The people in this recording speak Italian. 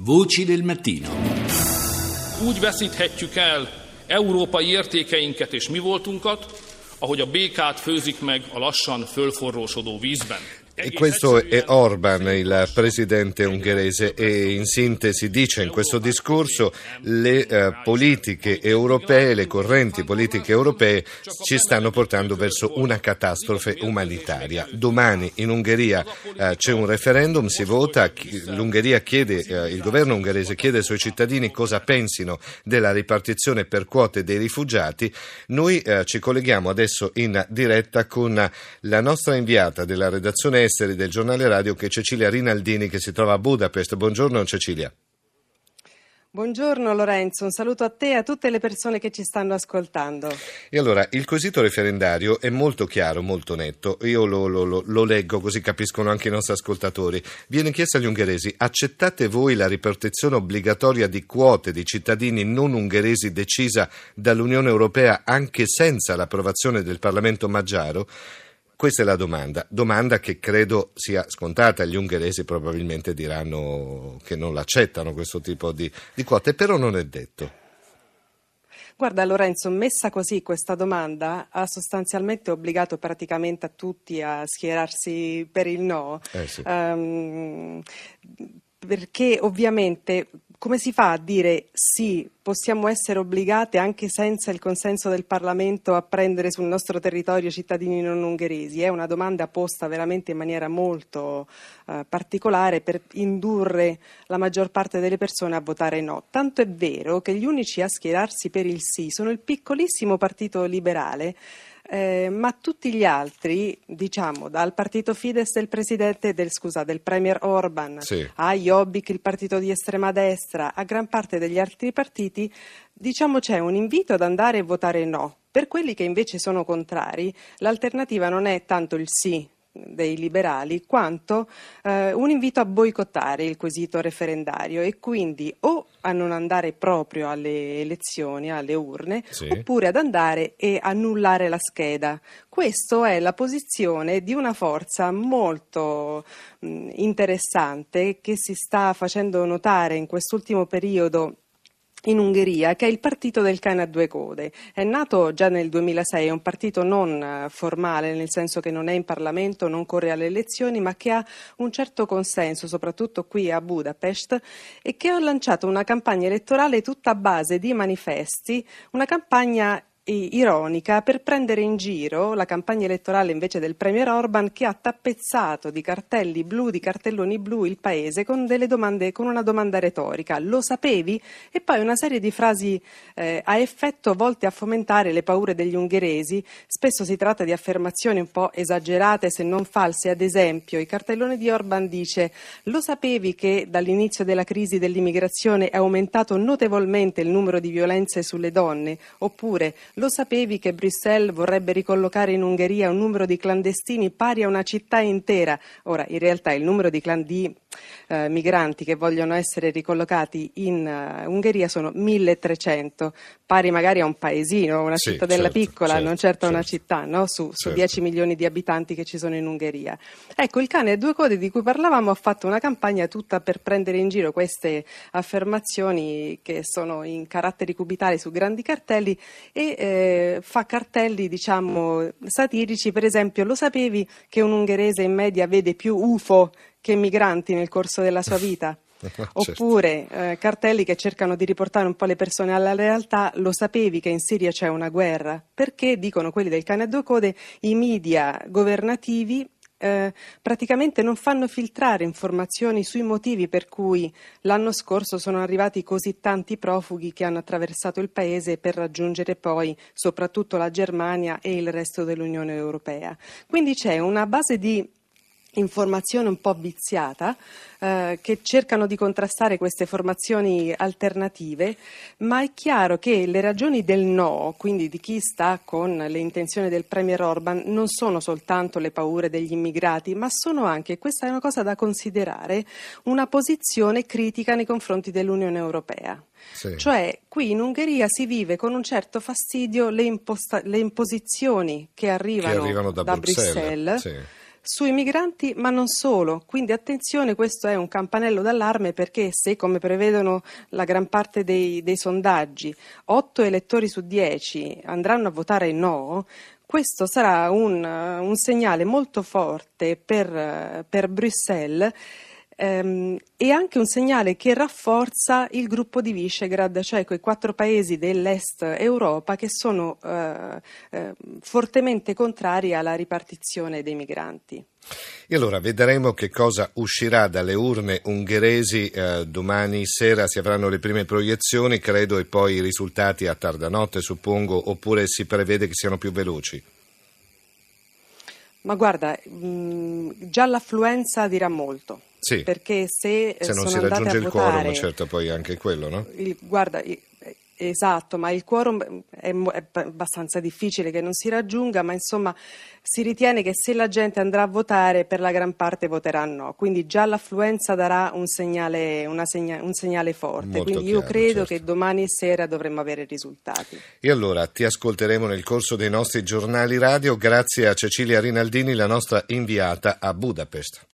Voci del mattino. Úgy veszíthetjük el európai értékeinket és mi voltunkat, ahogy a békát főzik meg a lassan fölforrósodó vízben. E questo è Orban, il presidente ungherese, e in sintesi dice in questo discorso le politiche europee, le correnti politiche europee ci stanno portando verso una catastrofe umanitaria. Domani in Ungheria c'è un referendum, si vota, l'Ungheria chiede, il governo ungherese chiede ai suoi cittadini cosa pensino della ripartizione per quote dei rifugiati. Noi ci colleghiamo adesso in diretta con la nostra inviata della redazione esteri del giornale radio, che è Cecilia Rinaldini, che si trova a Budapest. Buongiorno Cecilia. Buongiorno Lorenzo, un saluto a te e a tutte le persone che ci stanno ascoltando. E allora, il quesito referendario è molto chiaro, molto netto. Io lo leggo così capiscono anche i nostri ascoltatori. Viene chiesto agli ungheresi: accettate voi la ripartizione obbligatoria di quote di cittadini non ungheresi decisa dall'Unione Europea anche senza l'approvazione del Parlamento magiaro? Questa è la domanda che credo sia scontata. Gli ungheresi probabilmente diranno che non l'accettano questo tipo di quote, però non è detto. Guarda Lorenzo, messa così questa domanda ha sostanzialmente obbligato praticamente a tutti a schierarsi per il no, Sì. Perché ovviamente come si fa a dire sì, possiamo essere obbligate anche senza il consenso del Parlamento a prendere sul nostro territorio cittadini non ungheresi? È una domanda posta veramente in maniera molto particolare per indurre la maggior parte delle persone a votare no. Tanto è vero che gli unici a schierarsi per il sì sono il piccolissimo partito liberale, ma tutti gli altri, diciamo, dal partito Fidesz del premier Orban, sì, a Jobbik, il partito di estrema destra, a gran parte degli altri partiti, diciamo c'è un invito ad andare e votare no. Per quelli che invece sono contrari, l'alternativa non è tanto il sì dei liberali quanto un invito a boicottare il quesito referendario e quindi o a non andare proprio alle elezioni, alle urne, sì, oppure ad andare e annullare la scheda. Questa è la posizione di una forza molto interessante che si sta facendo notare in quest'ultimo periodo in Ungheria, che è il partito del cane a due code. È nato già nel 2006, è un partito non formale, nel senso che non è in Parlamento, non corre alle elezioni, ma che ha un certo consenso, soprattutto qui a Budapest, e che ha lanciato una campagna elettorale tutta a base di manifesti, una campagna ironica per prendere in giro la campagna elettorale invece del premier Orban, che ha tappezzato di cartelli blu, di cartelloni blu il paese con delle domande, con una domanda retorica: lo sapevi? E poi una serie di frasi a effetto volte a fomentare le paure degli ungheresi. Spesso si tratta di affermazioni un po' esagerate se non false. Ad esempio, il cartellone di Orban dice: lo sapevi che dall'inizio della crisi dell'immigrazione è aumentato notevolmente il numero di violenze sulle donne? Oppure: lo sapevi che Bruxelles vorrebbe ricollocare in Ungheria un numero di clandestini pari a una città intera? Ora, in realtà il numero di migranti che vogliono essere ricollocati in Ungheria sono 1300, pari magari a un paesino, una cittadella piccola, non certo una città, no? Su 10 milioni di abitanti che ci sono in Ungheria. Ecco, il cane a due code di cui parlavamo ha fatto una campagna tutta per prendere in giro queste affermazioni che sono in caratteri cubitali su grandi cartelli e fa cartelli, diciamo, satirici. Per esempio: lo sapevi che un ungherese in media vede più UFO che migranti nel corso della sua vita? Oppure cartelli che cercano di riportare un po' le persone alla realtà: lo sapevi che in Siria c'è una guerra? Perché, dicono quelli del cane a due code, i media governativi praticamente non fanno filtrare informazioni sui motivi per cui l'anno scorso sono arrivati così tanti profughi che hanno attraversato il paese per raggiungere poi soprattutto la Germania e il resto dell'Unione Europea. Quindi c'è una base di informazione un po' viziata che cercano di contrastare queste formazioni alternative, ma è chiaro che le ragioni del no, quindi di chi sta con le intenzioni del premier Orban, non sono soltanto le paure degli immigrati, ma sono anche, questa è una cosa da considerare, una posizione critica nei confronti dell'Unione Europea. Sì. Cioè, qui in Ungheria si vive con un certo fastidio le imposizioni che arrivano da Bruxelles. Sì. sui migranti, ma non solo. Quindi attenzione, questo è un campanello d'allarme, perché se, come prevedono la gran parte dei sondaggi, 8 elettori su 10 andranno a votare no, questo sarà un segnale molto forte per Bruxelles, e anche un segnale che rafforza il gruppo di Visegrad, cioè quei 4 paesi dell'est Europa che sono fortemente contrari alla ripartizione dei migranti. E allora vedremo che cosa uscirà dalle urne ungheresi. Domani sera si avranno le prime proiezioni, credo, e poi i risultati a tarda notte, suppongo, oppure si prevede che siano più veloci? Ma guarda, già l'affluenza dirà molto. Sì, perché se non sono si andate raggiunge a il votare, quorum, certo, poi anche quello, no? Esatto, ma il quorum è abbastanza difficile che non si raggiunga, ma insomma si ritiene che se la gente andrà a votare, per la gran parte voterà no, quindi già l'affluenza darà un segnale forte. Molto quindi io chiaro, credo certo. che domani sera dovremmo avere risultati. E allora ti ascolteremo nel corso dei nostri giornali radio. Grazie a Cecilia Rinaldini, la nostra inviata a Budapest.